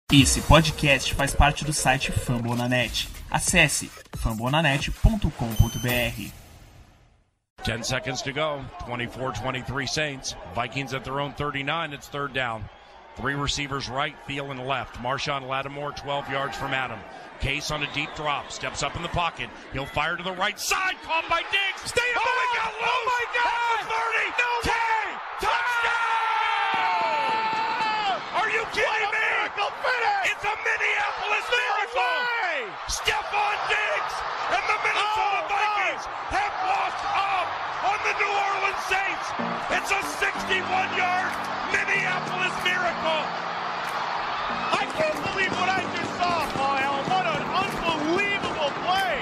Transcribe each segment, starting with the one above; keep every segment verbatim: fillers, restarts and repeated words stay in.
Esse podcast faz parte do site Fambonanet. Acesse fambonanet ponto com ponto b r. ten seconds to go. twenty-four twenty-three Saints. Vikings at their own thirty-nine. It's third down. Three receivers right, Thielen left. Marshawn Lattimore twelve yards from Adam. Case on a deep drop. Steps up in the pocket. He'll fire to the right side. Caught by Diggs. Stay up. Oh, he got loose. Oh, my God. At the thirty. No ten. Touchdown. Are you kidding me? It's a Minneapolis miracle. Stephon Diggs and the Minnesota oh, Vikings God. have walked up on the New Orleans Saints. It's a sixty-one yard Minneapolis miracle. I can't believe what I just saw, Paul Allen. What an unbelievable play.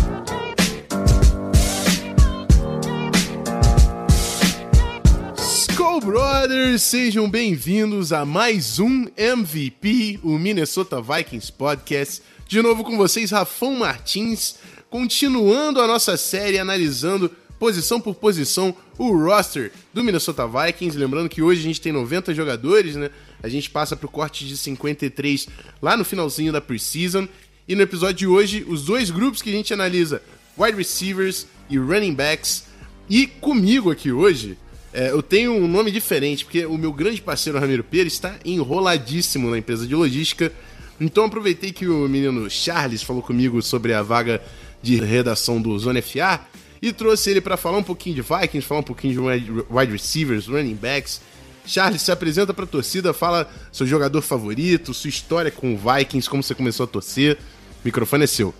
Skol Brothers, sejam bem-vindos a mais um M V P, o Minnesota Vikings Podcast. De novo com vocês, Rafão Martins, continuando a nossa série analisando posição por posição o roster do Minnesota Vikings. Lembrando que hoje a gente tem noventa jogadores, né? A gente passa pro corte de cinquenta e três lá no finalzinho da preseason. E no episódio de hoje, os dois grupos que a gente analisa, wide receivers e running backs. E comigo aqui hoje, é, eu tenho um nome diferente, porque o meu grande parceiro Ramiro Pires está enroladíssimo na empresa de logística. Então aproveitei que o menino Charles falou comigo sobre a vaga de redação do Zona F A e trouxe ele para falar um pouquinho de Vikings, falar um pouquinho de wide receivers, running backs. Charles, se apresenta para a torcida, fala seu jogador favorito, sua história com o Vikings, como você começou a torcer. O microfone é seu.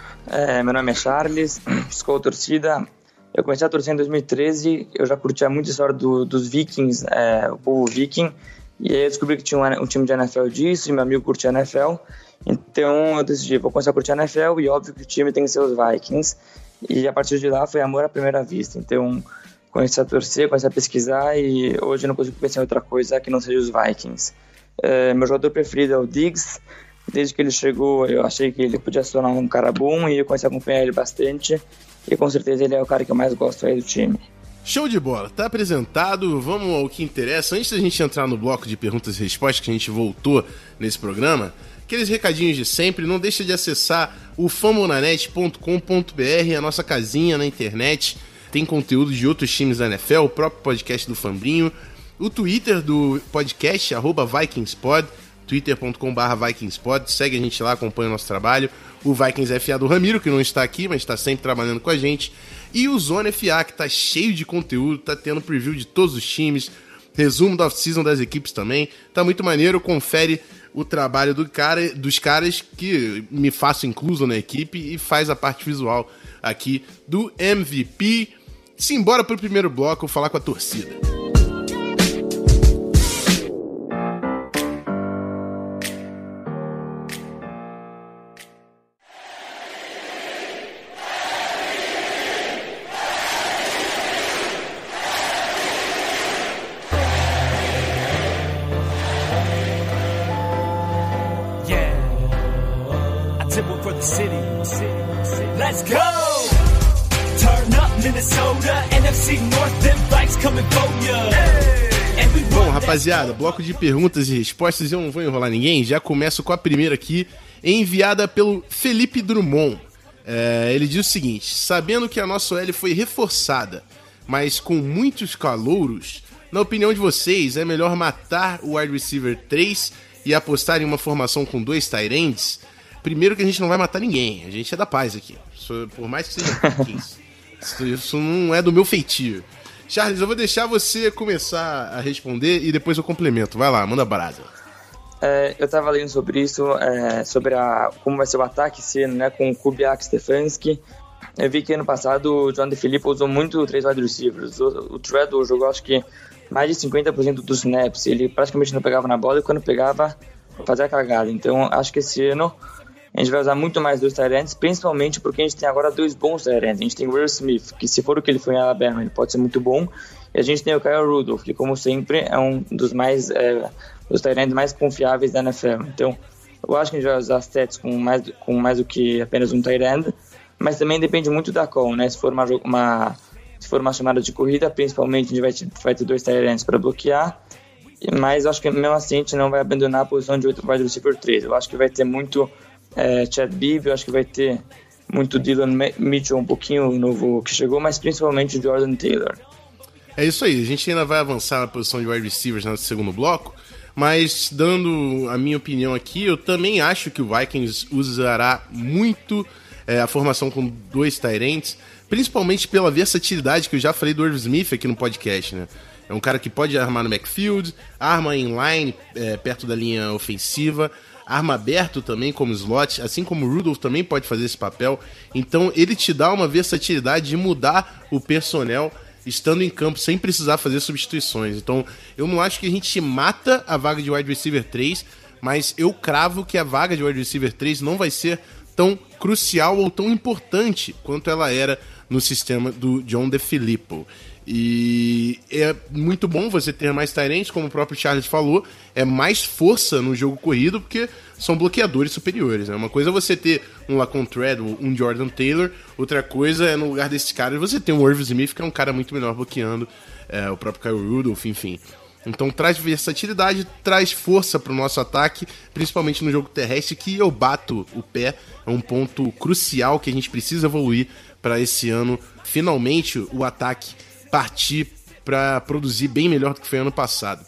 É, meu nome é Charles, sou torcida. Eu comecei a torcer em dois mil e treze, eu já curtia muito a história do, dos Vikings, é, o povo viking, e aí eu descobri que tinha um, um time de N F L disso, e meu amigo curtia N F L, então eu decidi, vou começar a curtir a N F L, e óbvio que o time tem que ser os Vikings, e a partir de lá foi amor à primeira vista, então comecei a torcer, comecei a pesquisar, e hoje eu não consigo pensar em outra coisa que não seja os Vikings. É, meu jogador preferido é o Diggs, desde que ele chegou eu achei que ele podia se tornar um cara bom, e eu comecei a acompanhar ele bastante, e com certeza ele é o cara que eu mais gosto aí do time. Show de bola, tá apresentado, vamos ao que interessa. Antes da gente entrar no bloco de perguntas e respostas que a gente voltou nesse programa, aqueles recadinhos de sempre, não deixa de acessar o fambonanet ponto com ponto b r, a nossa casinha na internet, tem conteúdo de outros times da N F L, o próprio podcast do Fambrinho, o Twitter do podcast, arroba VikingsPod, twitter ponto com barra VikingsPod, segue a gente lá, acompanha o nosso trabalho, o Vikings F A do Ramiro, que não está aqui, mas está sempre trabalhando com a gente, e o Zona F A, que está cheio de conteúdo, está tendo preview de todos os times, resumo da off-season das equipes também, tá muito maneiro, confere o trabalho do cara, dos caras que me faço incluso na equipe e faz a parte visual aqui do M V P. Simbora pro primeiro bloco, falar com a torcida. Let's go! Turn up Minnesota, N F C North, them Vikes coming for ya. Bom, rapaziada, bloco de perguntas e respostas, eu não vou enrolar ninguém, já começo com a primeira aqui, enviada pelo Felipe Drummond. É, ele diz o seguinte: sabendo que a nossa O L foi reforçada, mas com muitos calouros, na opinião de vocês, é melhor matar o wide receiver três e apostar em uma formação com dois tight ends? Primeiro que a gente não vai matar ninguém, a gente é da paz aqui. Isso, por mais que seja Vikings, isso, isso não é do meu feitio. Charles, eu vou deixar você começar a responder e depois eu complemento. Vai lá, manda brasa. É, eu tava lendo sobre isso, é, sobre a, como vai ser o ataque esse ano, né, com o Kubiak, Stefanski. Eu vi que ano passado o John DeFilippo usou muito três wide receivers. O, o Treadwell jogou acho que mais de cinquenta por cento dos snaps. Ele praticamente não pegava na bola e quando pegava fazia cagada. Então acho que esse ano a gente vai usar muito mais dois tight ends, principalmente porque a gente tem agora dois bons tight ends. A gente tem o Will Smith, que se for o que ele foi em Alabama, ele pode ser muito bom. E a gente tem o Kyle Rudolph, que como sempre é um dos mais é, dos tight ends mais confiáveis da N F L. Então eu acho que a gente vai usar stats com mais, com mais do que apenas um tight end, mas também depende muito da call, né? Se for uma, uma, se for uma chamada de corrida, principalmente a gente vai ter, vai ter dois tight ends para bloquear. Mas eu acho que mesmo assim a gente não vai abandonar a posição de outro wide receiver três. Eu acho que vai ter muito é, Chad Beebe, eu acho que vai ter muito Dylan Mitchell, um pouquinho o novo que chegou, mas principalmente o Jordan Taylor. É isso aí, a gente ainda vai avançar na posição de wide receivers no segundo bloco, mas dando a minha opinião aqui, eu também acho que o Vikings usará muito é, a formação com dois tight ends, principalmente pela versatilidade que eu já falei do Irv Smith aqui no podcast, né? É um cara que pode armar no backfield, arma em line, é, perto da linha ofensiva, arma aberto também como slot, assim como o Rudolph também pode fazer esse papel. Então ele te dá uma versatilidade de mudar o personnel estando em campo sem precisar fazer substituições. Então eu não acho que a gente mata a vaga de wide receiver três, mas eu cravo que a vaga de wide receiver três não vai ser tão crucial ou tão importante quanto ela era no sistema do John DeFilippo. E é muito bom você ter mais tight ends, como o próprio Charles falou, é mais força no jogo corrido, porque são bloqueadores superiores, né? Uma coisa é você ter um Laquan Treadwell, um Jordan Taylor, outra coisa é no lugar desses caras você ter um Irv Smith, que é um cara muito melhor bloqueando, é, o próprio Kyle Rudolph, enfim. Então traz versatilidade, traz força para o nosso ataque, principalmente no jogo terrestre, que eu bato o pé, é um ponto crucial que a gente precisa evoluir para esse ano, finalmente o ataque partir para produzir bem melhor do que foi ano passado.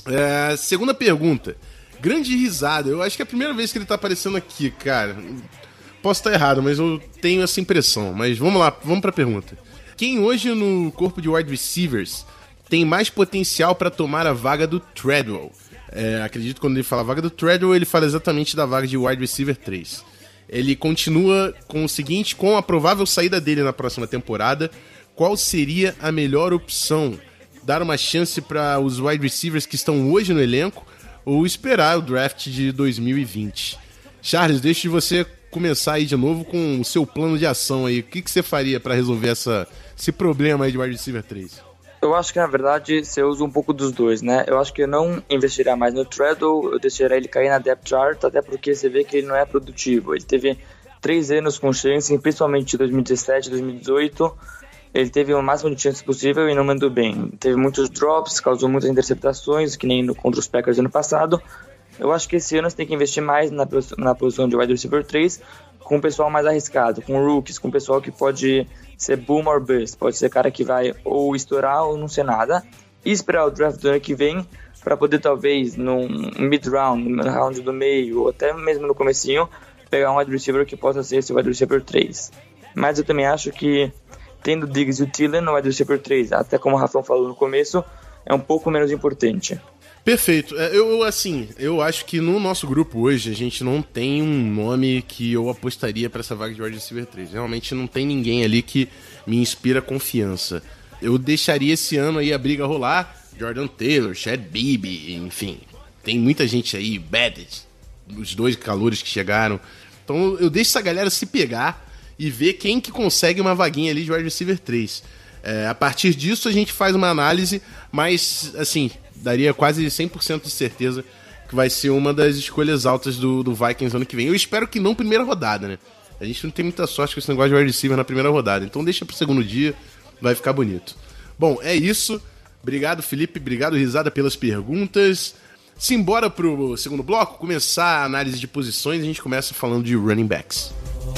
É, segunda pergunta. Grande risada. Eu acho que é a primeira vez que ele tá aparecendo aqui, cara. Posso estar errado, mas eu tenho essa impressão. Mas vamos lá, vamos pra pergunta. Quem hoje no corpo de wide receivers tem mais potencial para tomar a vaga do Treadwell? É, acredito que quando ele fala vaga do Treadwell, ele fala exatamente da vaga de wide receiver três. Ele continua com o seguinte: com a provável saída dele na próxima temporada, qual seria a melhor opção? Dar uma chance para os wide receivers que estão hoje no elenco ou esperar o draft de dois mil e vinte? Charles, deixa você começar aí de novo com o seu plano de ação aí. O que, que você faria para resolver essa, esse problema aí de wide receiver três? Eu acho que, na verdade, você usa um pouco dos dois, né? Eu acho que eu não investiria mais no Treadwell, eu deixaria ele cair na depth chart, até porque você vê que ele não é produtivo. Ele teve três anos com chance, principalmente em dois mil e dezessete, dois mil e dezoito. Ele teve o máximo de chances possível e não mandou bem. Teve muitos drops, causou muitas interceptações, que nem no, contra os Packers ano passado. Eu acho que esse ano você tem que investir mais na, na posição de wide receiver três, com o pessoal mais arriscado, com rookies, com o pessoal que pode ser boom or bust, pode ser cara que vai ou estourar ou não ser nada, e esperar o draft do ano que vem para poder talvez num mid-round, no round do meio, ou até mesmo no comecinho, pegar um wide receiver que possa ser esse wide receiver três. Mas eu também acho que tendo o Diggs e o Thielen no wide receiver três, até como o Rafão falou no começo, é um pouco menos importante. Perfeito. Eu, assim, eu acho que no nosso grupo hoje a gente não tem um nome que eu apostaria para essa vaga de wide receiver três. Realmente não tem ninguém ali que me inspira confiança. Eu deixaria esse ano aí a briga rolar, Jordan Taylor, Chad Beebe, enfim. Tem muita gente aí, Badgett, os dois calores que chegaram. Então eu deixo essa galera se pegar e ver quem que consegue uma vaguinha ali de wide receiver três. É, a partir disso a gente faz uma análise, mas assim, daria quase cem por cento de certeza que vai ser uma das escolhas altas do, do Vikings ano que vem. Eu espero que não primeira rodada, né? A gente não tem muita sorte com esse negócio de wide receiver na primeira rodada, então deixa pro segundo dia, vai ficar bonito. Bom, é isso. Obrigado, Felipe, obrigado, Risada, pelas perguntas. Simbora pro segundo bloco, começar a análise de posições. A gente começa falando de running backs.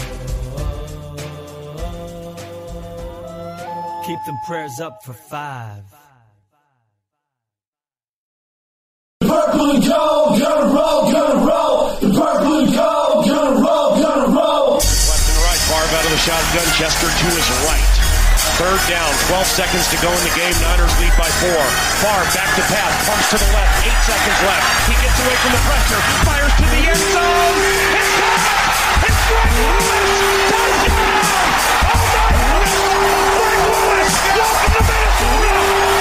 Keep them prayers up for five. The purple and gold, gonna roll, gonna roll. The purple and gold, gonna roll, gonna roll. Left and right, Favre out of the shotgun, Chester to his right. Third down, twelve seconds to go in the game, Niners lead by four. Favre back to pass, pumps to the left, eight seconds left. He gets away from the pressure, fires to the end zone. It's caught! It's Greg Lewis! Touchdown! Oh my goodness! Greg Lewis! Welcome to Minnesota!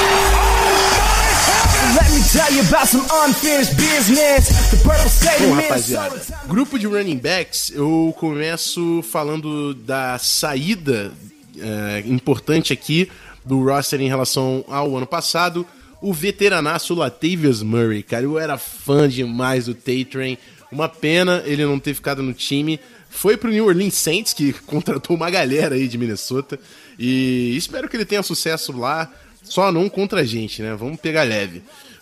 Let me tell you about some unfinished business. The purple state Bom, of rapaziada, Minnesota. grupo de running backs, eu começo falando da saída é, importante aqui do roster em relação ao ano passado. O veteranaço Latavius Murray, cara, eu era fã demais do Tay-Train. Uma pena ele não ter ficado no time. Foi pro New Orleans Saints, que contratou uma galera aí de Minnesota. E espero que ele tenha sucesso lá, só não contra a gente, né? Vamos pegar leve.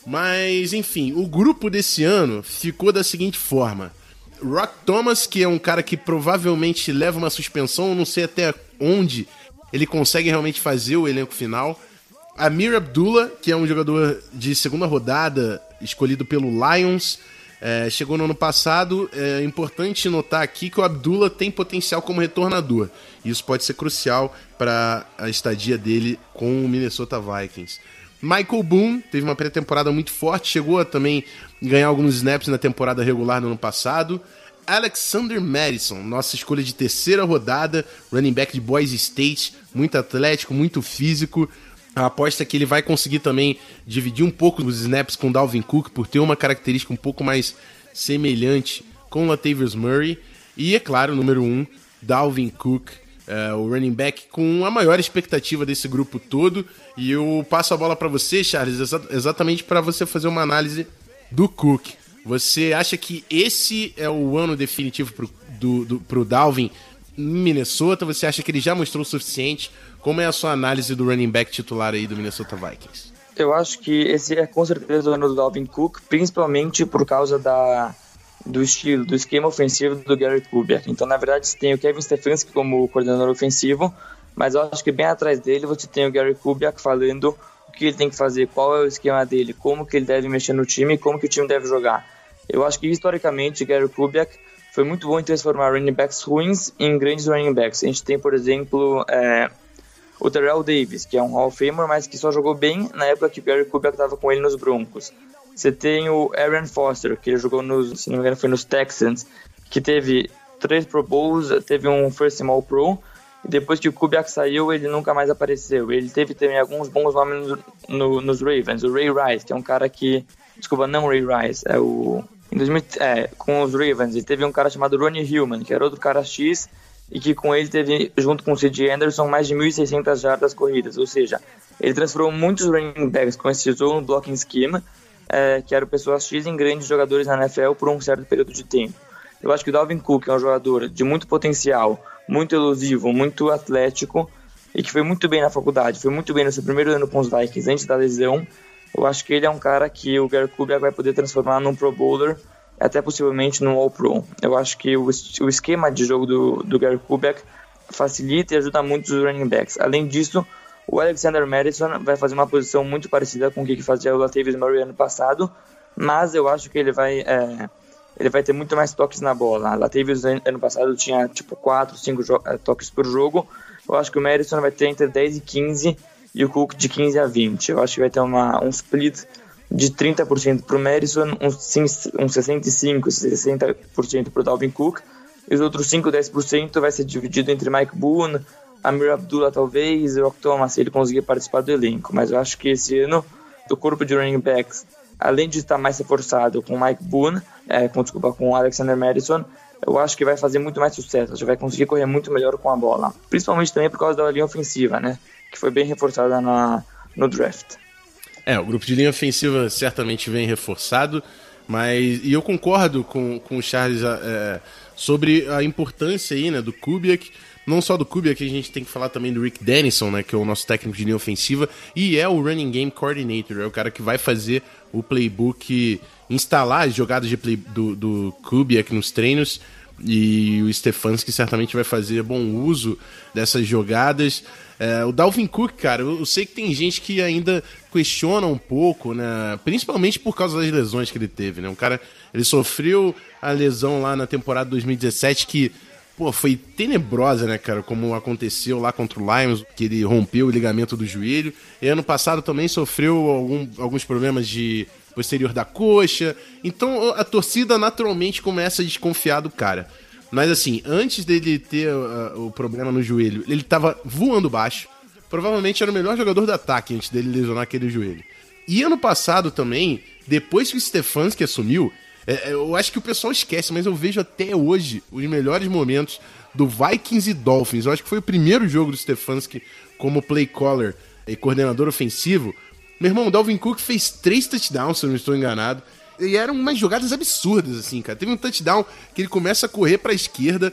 Mas, enfim, o grupo desse ano ficou da seguinte forma. Rock Thomas, que é um cara que provavelmente leva uma suspensão, não sei até onde ele consegue realmente fazer o elenco final. Amir Abdullah, que é um jogador de segunda rodada, escolhido pelo Lions, é, chegou no ano passado. É importante notar aqui que o Abdullah tem potencial como retornador. Isso pode ser crucial para a estadia dele com o Minnesota Vikings. Michael Boone teve uma pré-temporada muito forte, chegou a também ganhar alguns snaps na temporada regular no ano passado. Alexander Mattison, nossa escolha de terceira rodada, running back de Boise State, muito atlético, muito físico. A aposta é que ele vai conseguir também dividir um pouco os snaps com Dalvin Cook, por ter uma característica um pouco mais semelhante com Latavius Murray. E, é claro, número um, Dalvin Cook, uh, o running back com a maior expectativa desse grupo todo. E eu passo a bola para você, Charles, exa- exatamente para você fazer uma análise do Cook. Você acha que esse é o ano definitivo pro, do, do, pro Dalvin em Minnesota? Você acha que ele já mostrou o suficiente? Como é a sua análise do running back titular aí do Minnesota Vikings? Eu acho que esse é com certeza o ano do Dalvin Cook, principalmente por causa da, do estilo, do esquema ofensivo do Gary Kubiak. Então, na verdade, você tem o Kevin Stefanski como coordenador ofensivo, mas eu acho que bem atrás dele você tem o Gary Kubiak falando o que ele tem que fazer, qual é o esquema dele, como que ele deve mexer no time e como que o time deve jogar. Eu acho que, historicamente, Gary Kubiak foi muito bom em transformar running backs ruins em grandes running backs. A gente tem, por exemplo, é, o Terrell Davis, que é um Hall of Famer, mas que só jogou bem na época que o Gary Kubiak estava com ele nos Broncos. Você tem o Aaron Foster, que ele jogou, nos, se não me engano, foi nos Texans, que teve três Pro Bowls, teve um First Team All-Pro, e depois que o Kubiak saiu, ele nunca mais apareceu. Ele teve também alguns bons nomes no, no, nos Ravens. O Ray Rice, que é um cara que... Desculpa, não o Ray Rice, é o... Em dois mil, é, com os Ravens, ele teve um cara chamado Ronnie Hillman, que era outro cara X, e que com ele teve, junto com o C J Anderson, mais de mil e seiscentas jardas corridas. Ou seja, ele transformou muitos running backs com esse zone blocking scheme, é, que eram pessoas X, em grandes jogadores na N F L por um certo período de tempo. Eu acho que o Dalvin Cook é um jogador de muito potencial, muito elusivo, muito atlético, e que foi muito bem na faculdade, foi muito bem no seu primeiro ano com os Vikings, antes da lesão. Eu acho que ele é um cara que o Gary Kubiak vai poder transformar num Pro Bowler, até possivelmente num All-Pro. Eu acho que o, o esquema de jogo do, do Gary Kubiak facilita e ajuda muito os running backs. Além disso, o Alexander Mattison vai fazer uma posição muito parecida com o que fazia o Latavius Murray ano passado, mas eu acho que ele vai, é, ele vai ter muito mais toques na bola. O Latavius ano passado tinha tipo quatro, cinco jo- toques por jogo. Eu acho que o Mattison vai ter entre dez e quinze e o Cook de quinze a vinte. Eu acho que vai ter uma, um split de trinta por cento para o Mattison, uns, uns sessenta e cinco por cento, sessenta por cento para o Dalvin Cook, e os outros cinco, dez por cento vai ser dividido entre Mike Boone, Amir Abdullah talvez, e Rock Thomas, se ele conseguir participar do elenco. Mas eu acho que esse ano o corpo de running backs, além de estar mais reforçado com Mike Boone, é, com, desculpa, com Alexander Mattison, eu acho que vai fazer muito mais sucesso, já vai conseguir correr muito melhor com a bola, principalmente também por causa da linha ofensiva, né, que foi bem reforçada na, no draft. É, o grupo de linha ofensiva certamente vem reforçado, mas e eu concordo com, com o Charles é, sobre a importância aí, né, do Kubiak. Não só do Kubiak, a gente tem que falar também do Rick Dennison, né, que é o nosso técnico de linha ofensiva, e é o Running Game Coordinator, é o cara que vai fazer o playbook, instalar as jogadas de play, do, do Kubiak nos treinos, e o Stefanski certamente vai fazer bom uso dessas jogadas. É, o Dalvin Cook, cara, eu, eu sei que tem gente que ainda questiona um pouco, né, principalmente por causa das lesões que ele teve, né, o cara, ele sofreu a lesão lá na temporada dois mil e dezessete que... Pô, foi tenebrosa, né, cara, como aconteceu lá contra o Lions, que ele rompeu o ligamento do joelho. E ano passado também sofreu algum, alguns problemas de posterior da coxa. Então a torcida naturalmente começa a desconfiar do cara. Mas assim, antes dele ter uh, o problema no joelho, ele tava voando baixo. Provavelmente era o melhor jogador do ataque antes dele lesionar aquele joelho. E ano passado também, depois que o Stefanski assumiu, É, eu acho que o pessoal esquece, mas eu vejo até hoje os melhores momentos do Vikings e Dolphins. Eu acho que foi o primeiro jogo do Stefanski como play caller e coordenador ofensivo. Meu irmão, o Dalvin Cook fez três touchdowns, se eu não estou enganado. E eram umas jogadas absurdas, assim, cara. Teve um touchdown que ele começa a correr para a esquerda,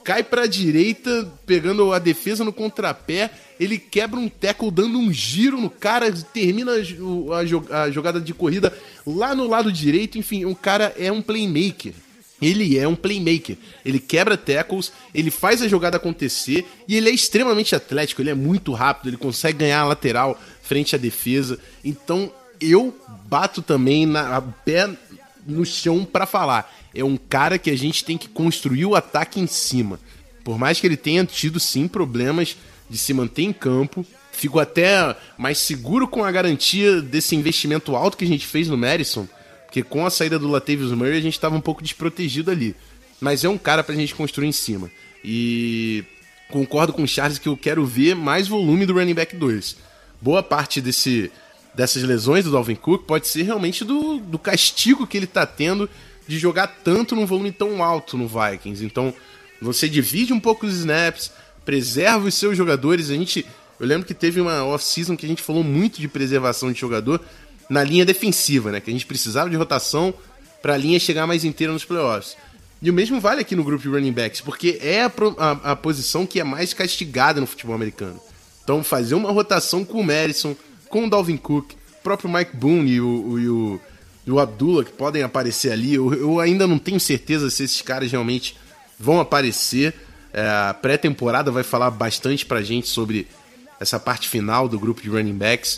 cai pra direita, pegando a defesa no contrapé, ele quebra um tackle dando um giro no cara, termina a jogada de corrida lá no lado direito, enfim, o cara é um playmaker. Ele é um playmaker, ele quebra tackles, ele faz a jogada acontecer e ele é extremamente atlético, ele é muito rápido, ele consegue ganhar a lateral frente à defesa. Então eu bato também na, a pé no chão pra falar. É um cara que a gente tem que construir o ataque em cima. Por mais que ele tenha tido sim problemas de se manter em campo, fico até mais seguro com a garantia desse investimento alto que a gente fez no Madison, porque com a saída do Latavius Murray a gente estava um pouco desprotegido ali. Mas é um cara pra gente construir em cima. E concordo com o Charles que eu quero ver mais volume do running back dois. Boa parte desse, dessas lesões do Dalvin Cook pode ser realmente do, do castigo que ele tá tendo de jogar tanto num volume tão alto no Vikings. Então, você divide um pouco os snaps, preserva os seus jogadores. A gente, eu lembro que teve uma off-season que a gente falou muito de preservação de jogador na linha defensiva, né? Que a gente precisava de rotação para a linha chegar mais inteira nos playoffs. E o mesmo vale aqui no grupo de running backs, porque é a, a, a posição que é mais castigada no futebol americano. Então, fazer uma rotação com o Madison, com o Dalvin Cook, o próprio Mike Boone e o, o, e o, e o Abdullah, que podem aparecer ali, eu, eu ainda não tenho certeza se esses caras realmente vão aparecer. É, a pré-temporada vai falar bastante pra gente sobre essa parte final do grupo de running backs,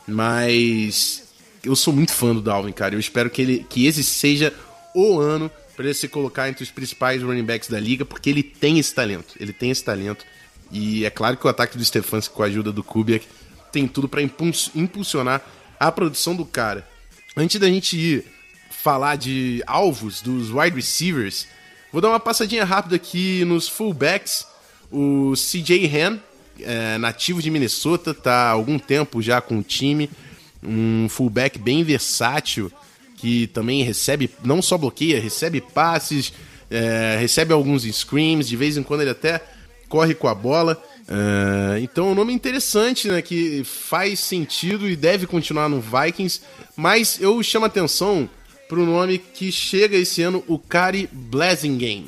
mas eu sou muito fã do Dalvin, cara. Eu espero que, ele, que esse seja o ano para ele se colocar entre os principais running backs da liga, porque ele tem esse talento, ele tem esse talento, e é claro que o ataque do Stefanski com a ajuda do Kubiak tem tudo para impulsionar a produção do cara. Antes da gente ir falar de alvos dos wide receivers, vou dar uma passadinha rápida aqui nos fullbacks. O C J Ham, é, nativo de Minnesota, tá há algum tempo já com o time, um fullback bem versátil, que também recebe, não só bloqueia, recebe passes, é, recebe alguns screens, de vez em quando ele até corre com a bola. É, então é um nome interessante, né, que faz sentido e deve continuar no Vikings, mas eu chamo a atenção para o nome que chega esse ano, o Cary Blasingame,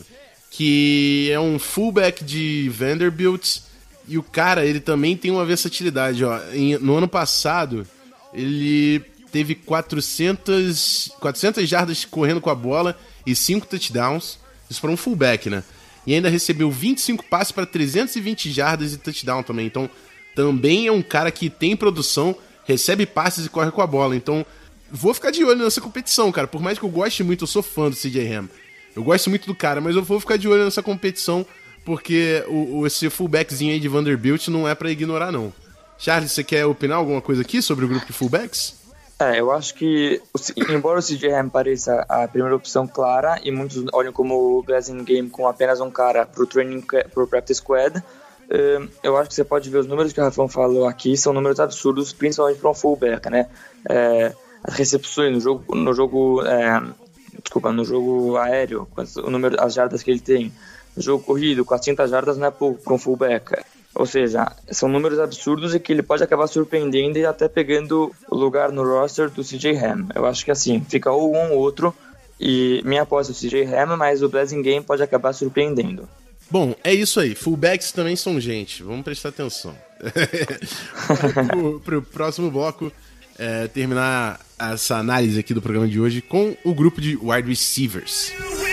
que é um fullback de Vanderbilt, e o cara, ele também tem uma versatilidade, ó. Em, no ano passado, ele teve quatrocentas, quatrocentas jardas correndo com a bola e cinco touchdowns, isso para um fullback, né? E ainda recebeu vinte e cinco passes para trezentas e vinte jardas e touchdown também, então também é um cara que tem produção, recebe passes e corre com a bola, então vou ficar de olho nessa competição, cara. Por mais que eu goste muito, eu sou fã do C J Ham. Eu gosto muito do cara, mas eu vou ficar de olho nessa competição, porque o, o, esse fullbackzinho aí de Vanderbilt não é pra ignorar, não. Charles, você quer opinar alguma coisa aqui sobre o grupo de fullbacks? É, eu acho que, embora o C J Ham pareça a primeira opção clara, e muitos olham como o Blasingame com apenas um cara pro training, pro practice squad, eu acho que você pode ver os números que o Rafão falou aqui, são números absurdos, principalmente para um fullback, né? É, as recepções no jogo, no jogo, é, desculpa, no jogo aéreo, o número, as jardas que ele tem, no jogo corrido, quatrocentas jardas não é pouco para um fullback. Ou seja, são números absurdos e que ele pode acabar surpreendendo e até pegando o lugar no roster do C J Ham. Eu acho que assim, fica ou um ou outro, e minha aposta é o C J Ham, mas o Blasingame pode acabar surpreendendo. Bom, é isso aí. Fullbacks também são gente. Vamos prestar atenção. pro, pro próximo bloco, é, terminar essa análise aqui do programa de hoje com o grupo de wide receivers.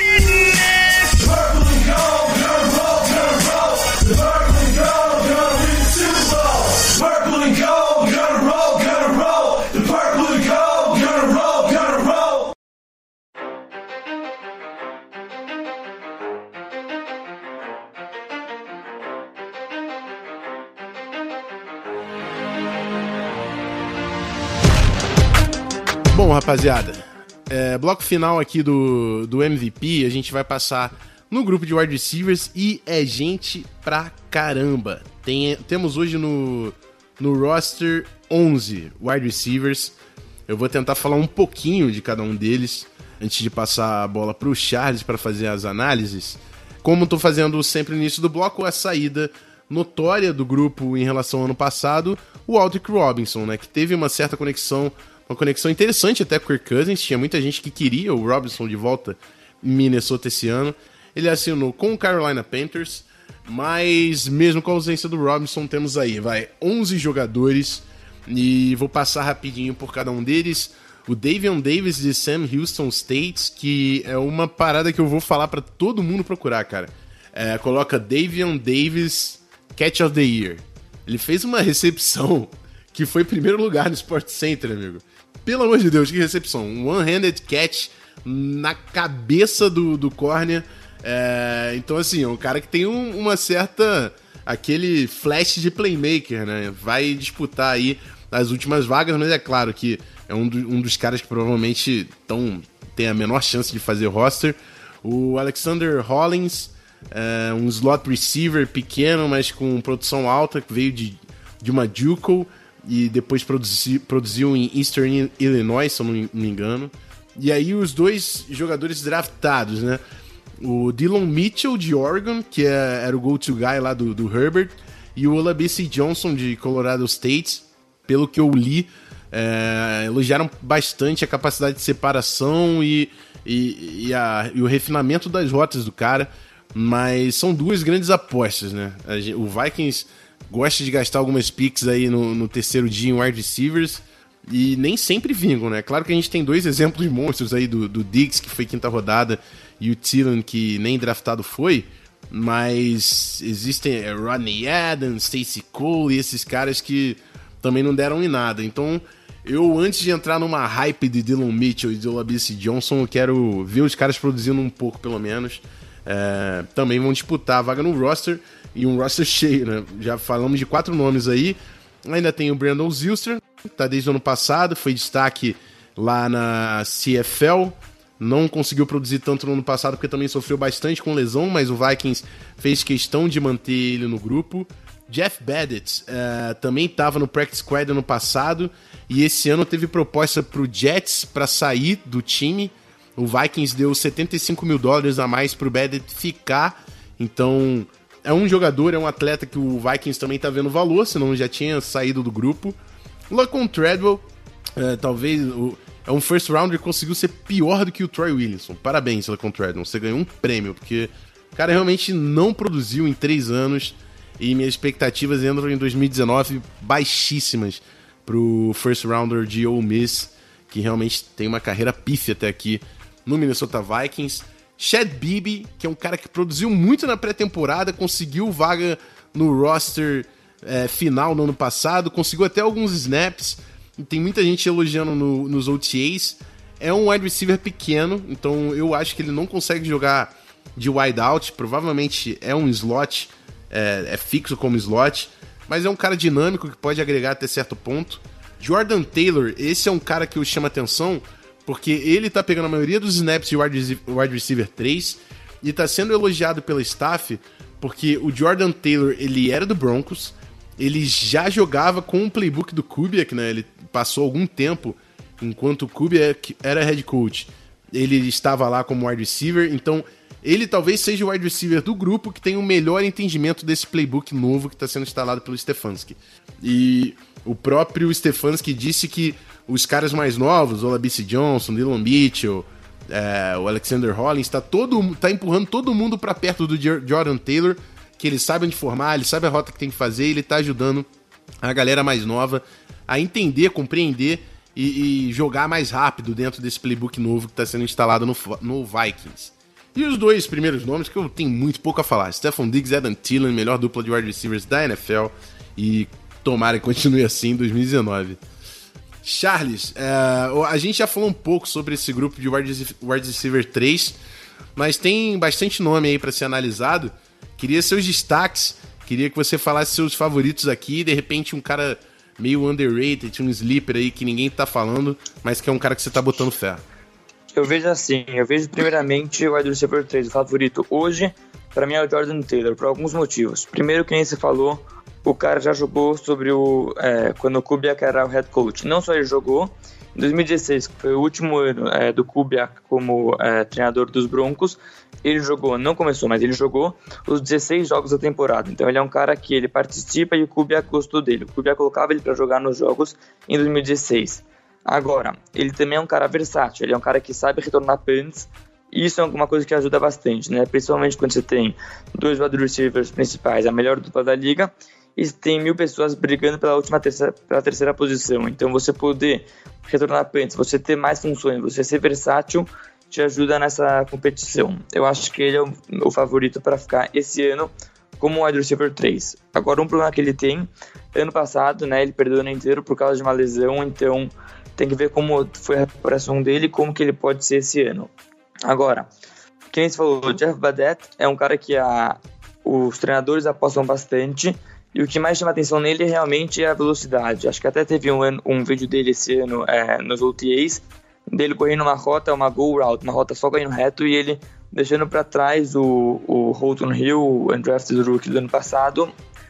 Bom, rapaziada, é, bloco final aqui do, do M V P, a gente vai passar no grupo de wide receivers e é gente pra caramba. Tem, temos hoje no, no roster onze wide receivers. Eu vou tentar falar um pouquinho de cada um deles antes de passar a bola pro Charles para fazer as análises. Como eu tô fazendo sempre no início do bloco, a saída notória do grupo em relação ao ano passado, o Aldrick Robinson, né, que teve uma certa conexão, uma conexão interessante até com o Kirk Cousins. Tinha muita gente que queria o Robinson de volta em Minnesota esse ano. ele assinou com o Carolina Panthers, mas mesmo com a ausência do Robinson, temos aí, vai, onze jogadores, e vou passar rapidinho por cada um deles. O Davion Davis de Sam Houston State, que é uma parada que eu vou falar pra todo mundo procurar, cara. É, coloca Davion Davis Catch of the Year. Ele fez uma recepção que foi primeiro lugar no Sports Center, amigo. Pelo amor de Deus, que recepção. Um one-handed catch na cabeça do, do corner. É, então, assim, é um cara que tem um, uma certa... aquele flash de playmaker, né? Vai disputar aí as últimas vagas, mas é claro que é um, do, um dos caras que provavelmente tão, tem a menor chance de fazer roster. O Alexander Hollins, é, um slot receiver pequeno, mas com produção alta, que veio de, de uma JUCO e depois produzi, produziu em Eastern Illinois, se eu não me engano. E aí os dois jogadores draftados, né? O Dillon Mitchell, de Oregon, que é, era o go-to guy lá do, do Herbert, e o Olabisi Johnson, de Colorado State. Pelo que eu li, é, elogiaram bastante a capacidade de separação e, e, e, a, e o refinamento das rotas do cara, mas são duas grandes apostas, né? O Vikings gosta de gastar algumas picks aí no, no terceiro dia em wide receivers, e nem sempre vingam, né? Claro que a gente tem dois exemplos monstros aí, do, do Diggs, que foi quinta rodada, e o Thielen, que nem draftado foi, mas existem é, Rodney Adams, Stacey Cole e esses caras que também não deram em nada. Então, eu, antes de entrar numa hype de Dillon Mitchell e de Olabisi Johnson, eu quero ver os caras produzindo um pouco, pelo menos. É, também vão disputar a vaga no roster, e um roster cheio, né? Já falamos de quatro nomes aí. Ainda tem o Brandon Zylstra, que tá desde o ano passado, foi destaque lá na C F L. Não conseguiu produzir tanto no ano passado, porque também sofreu bastante com lesão, mas o Vikings fez questão de manter ele no grupo. Jeff Badett uh, também estava no practice squad ano passado, e esse ano teve proposta pro Jets para sair do time. O Vikings deu setenta e cinco mil dólares a mais pro Badett ficar, então é um jogador, é um atleta que o Vikings também tá vendo valor, senão já tinha saído do grupo. Lacon Treadwell, uh, talvez... O, é um first rounder que conseguiu ser pior do que o Troy Williamson. Parabéns, Lacon Treadwell. Você ganhou um prêmio, porque o cara realmente não produziu em três anos. E minhas expectativas entram em dois mil e dezenove baixíssimas pro first rounder de Ole Miss, que realmente tem uma carreira pífia até aqui no Minnesota Vikings. Chad Beebe, que é um cara que produziu muito na pré-temporada, conseguiu vaga no roster é, final no ano passado, conseguiu até alguns snaps. Tem muita gente elogiando no, nos O T As. É um wide receiver pequeno, então eu acho que ele não consegue jogar de wide out. Provavelmente é um slot, é, é fixo como slot, mas é um cara dinâmico que pode agregar até certo ponto. Jordan Taylor, esse é um cara que eu chamo atenção, porque ele tá pegando a maioria dos snaps de wide receiver três e tá sendo elogiado pela staff, porque o Jordan Taylor, ele era do Broncos, ele já jogava com o playbook do Kubiak, né? Ele passou algum tempo, enquanto o Kubiak era head coach, ele estava lá como wide receiver, então ele talvez seja o wide receiver do grupo que tem o melhor entendimento desse playbook novo que está sendo instalado pelo Stefanski. E o próprio Stefanski disse que os caras mais novos, o Olabisi Johnson, Dillon Mitchell, é, o Alexander Hollins, está todo, tá empurrando todo mundo para perto do Jordan Taylor, que ele sabe onde formar, ele sabe a rota que tem que fazer, e ele tá ajudando a galera mais nova a entender, compreender e, e jogar mais rápido dentro desse playbook novo que está sendo instalado no, no Vikings. E os dois primeiros nomes que eu tenho muito pouco a falar, Stephon Diggs e Adam Thielen, melhor dupla de wide receivers da N F L, e tomara que continue assim em dois mil e dezenove. Charles, é, a gente já falou um pouco sobre esse grupo de wide receiver três, mas tem bastante nome aí para ser analisado. Queria seus destaques, queria que você falasse seus favoritos aqui, de repente um cara meio underrated, um sleeper aí que ninguém tá falando, mas que é um cara que você tá botando fé. Eu vejo assim, eu vejo primeiramente o wide receiver três, o favorito hoje, pra mim é o Jordan Taylor, por alguns motivos. Primeiro, que nem você falou, o cara já jogou sobre o... É, quando o Kubiak era o head coach. Não só ele jogou, em dois mil e dezesseis, que foi o último ano é, do Kubiak como é, treinador dos Broncos, ele jogou, não começou, mas ele jogou os dezesseis jogos da temporada. Então ele é um cara que ele participa e o Kubiak gostou dele. O Kubiak colocava ele para jogar nos jogos em dois mil e dezesseis. Agora, ele também é um cara versátil, ele é um cara que sabe retornar punts isso é uma coisa que ajuda bastante, né? Principalmente quando você tem dois wide receivers principais, a melhor dupla da liga, e tem mil pessoas brigando pela última terceira, pela terceira posição. Então você poder retornar punts, você ter mais funções, você ser versátil, te ajuda nessa competição. Eu acho que ele é o meu favorito para ficar esse ano como wide receiver três. Agora, um problema que ele tem, ano passado, né, ele perdeu o ano inteiro por causa de uma lesão, então tem que ver como foi a recuperação dele e como que ele pode ser esse ano. Agora, quem você falou, o Jeff Badet é um cara que a, os treinadores apostam bastante, e o que mais chama atenção nele realmente é a velocidade. Acho que até teve um, um vídeo dele esse ano é, nos O T As, dele correndo uma rota, uma go route, uma rota só correndo reto, e ele deixando para trás o, o Holton Hill, o undrafted rookie do ano passado.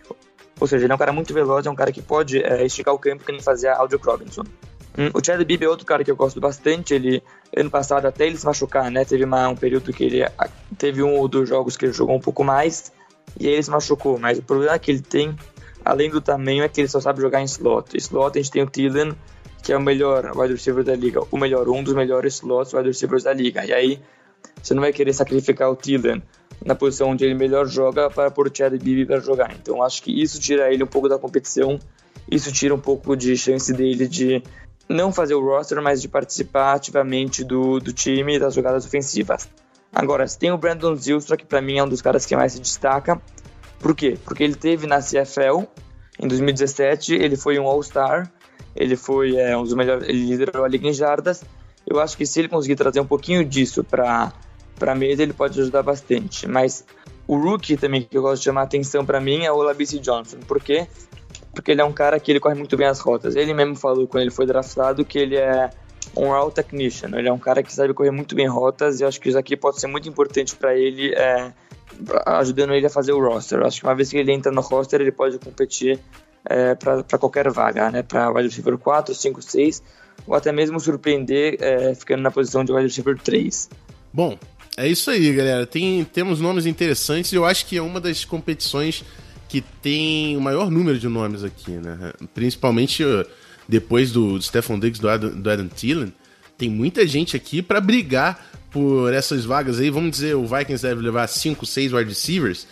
Ou seja, ele é um cara muito veloz, é um cara que pode é, esticar o campo que nem fazia Aldrick Robinson. Hum, o Chad Bibb é outro cara que eu gosto bastante. Ele, ano passado, até ele se machucar, né? Teve uma, um período que ele teve um ou dois jogos que ele jogou um pouco mais, e aí ele se machucou. Mas o problema que ele tem, além do tamanho, é que ele só sabe jogar em slot. Slot a gente tem o Thielen, que é o melhor wide receiver da liga, o melhor, um dos melhores slots wide receivers da liga. E aí você não vai querer sacrificar o Thielen na posição onde ele melhor joga para pôr o Chad Bibb para jogar. Então acho que isso tira ele um pouco da competição, isso tira um pouco de chance dele de não fazer o roster, mas de participar ativamente do, do time e das jogadas ofensivas. Agora, você tem o Brandon Zylstra, que para mim é um dos caras que mais se destaca. Por quê? Porque ele teve na C F L em dois mil e dezessete, ele foi um All-Star, ele foi é, um dos melhores, ele liderou a liga em jardas. Eu acho que se ele conseguir trazer um pouquinho disso para para mesa, ele pode ajudar bastante. Mas o rookie também que eu gosto de chamar a atenção para mim é o Olabisi Johnson. Por quê? Porque ele é um cara que ele corre muito bem as rotas. Ele mesmo falou quando ele foi draftado que ele é um route technician. Ele é um cara que sabe correr muito bem rotas, e eu acho que isso aqui pode ser muito importante para ele, é, ajudando ele a fazer o roster. Eu acho que uma vez que ele entra no roster, ele pode competir é, para qualquer vaga, né? Para wide receiver quatro, cinco, seis, ou até mesmo surpreender é, ficando na posição de wide receiver três. Bom, é isso aí, galera. Tem, temos nomes interessantes, e eu acho que é uma das competições que tem o maior número de nomes aqui, né? Principalmente depois do Stefon Diggs, do Adam, do Adam Thielen, tem muita gente aqui para brigar por essas vagas aí. Vamos dizer, o Vikings deve levar cinco, seis wide receivers.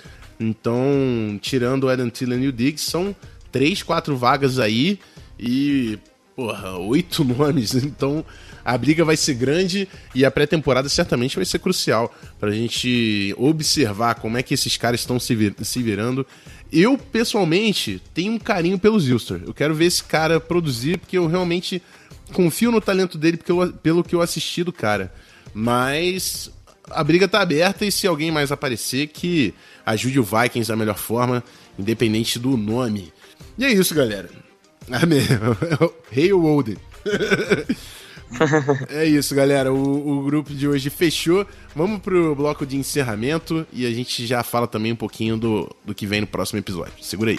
Então, tirando o Adam Thielen e o Diggs, são três, quatro vagas aí e, porra, oito nomes. Então, a briga vai ser grande e a pré-temporada certamente vai ser crucial pra gente observar como é que esses caras estão se, vir- se virando. Eu, pessoalmente, tenho um carinho pelo Zylstra. Eu quero ver esse cara produzir, porque eu realmente confio no talento dele porque eu, pelo que eu assisti do cara. Mas a briga tá aberta, e se alguém mais aparecer, que ajude o Vikings da melhor forma, independente do nome. E é isso, galera. Hail Oden. É isso, galera. O, o grupo de hoje fechou. Vamos pro bloco de encerramento e a gente já fala também um pouquinho do, do que vem no próximo episódio. Segura aí.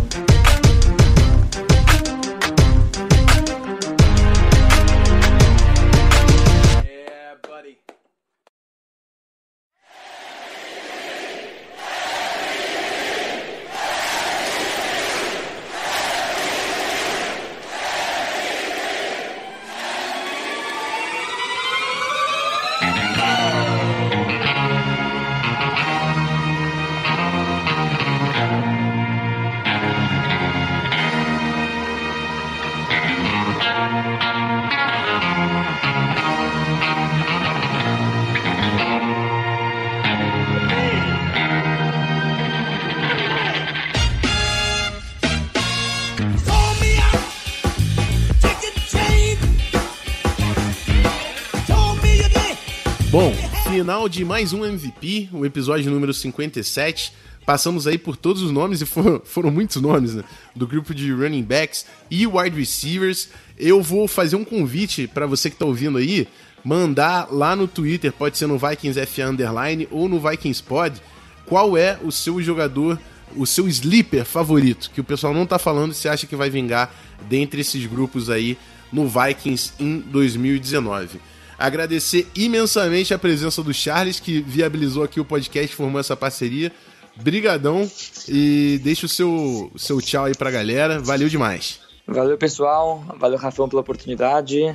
Bom, final de mais um M V P, o episódio número cinquenta e sete. Passamos aí por todos os nomes, e foram, foram muitos nomes, né? Do grupo de running backs e wide receivers. Eu vou fazer um convite para você que tá ouvindo aí, mandar lá no Twitter, pode ser no Vikings F A Underline ou no Vikings Pod, qual é o seu jogador, o seu sleeper favorito, que o pessoal não tá falando, e você acha que vai vingar dentre esses grupos aí no Vikings em dois mil e dezenove. Agradecer imensamente a presença do Charles, que viabilizou aqui o podcast, formou essa parceria. Brigadão, e deixa o seu, seu tchau aí pra galera. Valeu demais. Valeu, pessoal. Valeu, Rafão, pela oportunidade.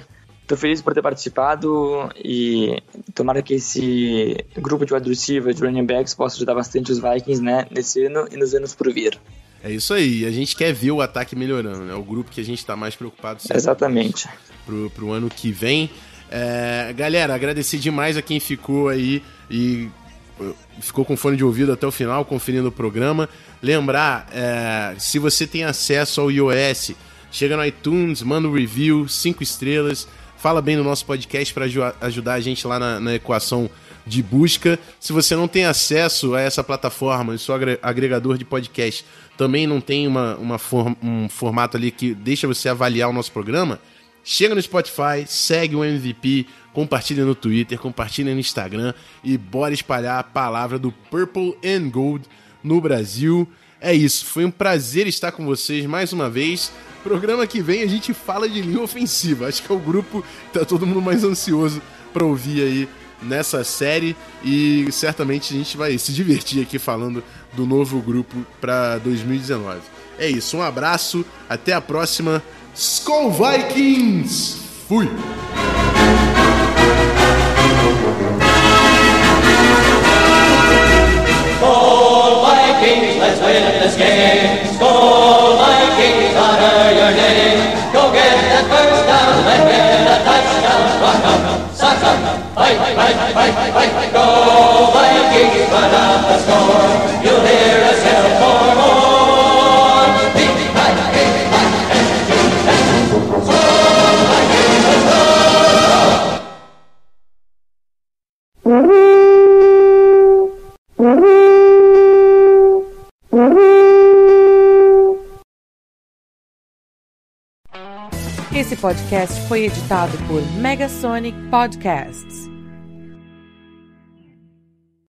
Tô feliz por ter participado e tomara que esse grupo de wide receivers, de running backs, possa ajudar bastante os Vikings, né, nesse ano e nos anos por vir. É isso aí, a gente quer ver o ataque melhorando, né? O grupo que a gente tá mais preocupado sempre. Exatamente. Pro, pro ano que vem. É, galera, agradecer demais a quem ficou aí e ficou com fone de ouvido até o final, conferindo o programa. Lembrar, é, se você tem acesso ao iOS, chega no iTunes, manda um review, cinco estrelas, fala bem do nosso podcast para ajudar a gente lá na, na equação de busca. Se você não tem acesso a essa plataforma, o seu agregador de podcast também não tem uma, uma form, um formato ali que deixa você avaliar o nosso programa, chega no Spotify, segue o M V P, compartilha no Twitter, compartilha no Instagram e bora espalhar a palavra do Purple and Gold no Brasil. É isso, foi um prazer estar com vocês mais uma vez. Programa que vem a gente fala de linha ofensiva. Acho que é o grupo que tá todo mundo mais ansioso para ouvir aí nessa série e certamente a gente vai se divertir aqui falando do novo grupo para dois mil e dezenove. É isso, um abraço, até a próxima. Skol Vikings! Fui! Skol Vikings, let's win this game. Skol Vikings, honor your name. Go get that first down, let get a touchdown. Rock up, sock up, fight, fight, fight, fight. Go Vikings, run up the score. You'll hear us yell for more. Beat, fight, beat, fight, and shoot. Skol Vikings, let's go. Esse podcast foi editado por Megasonic Podcasts.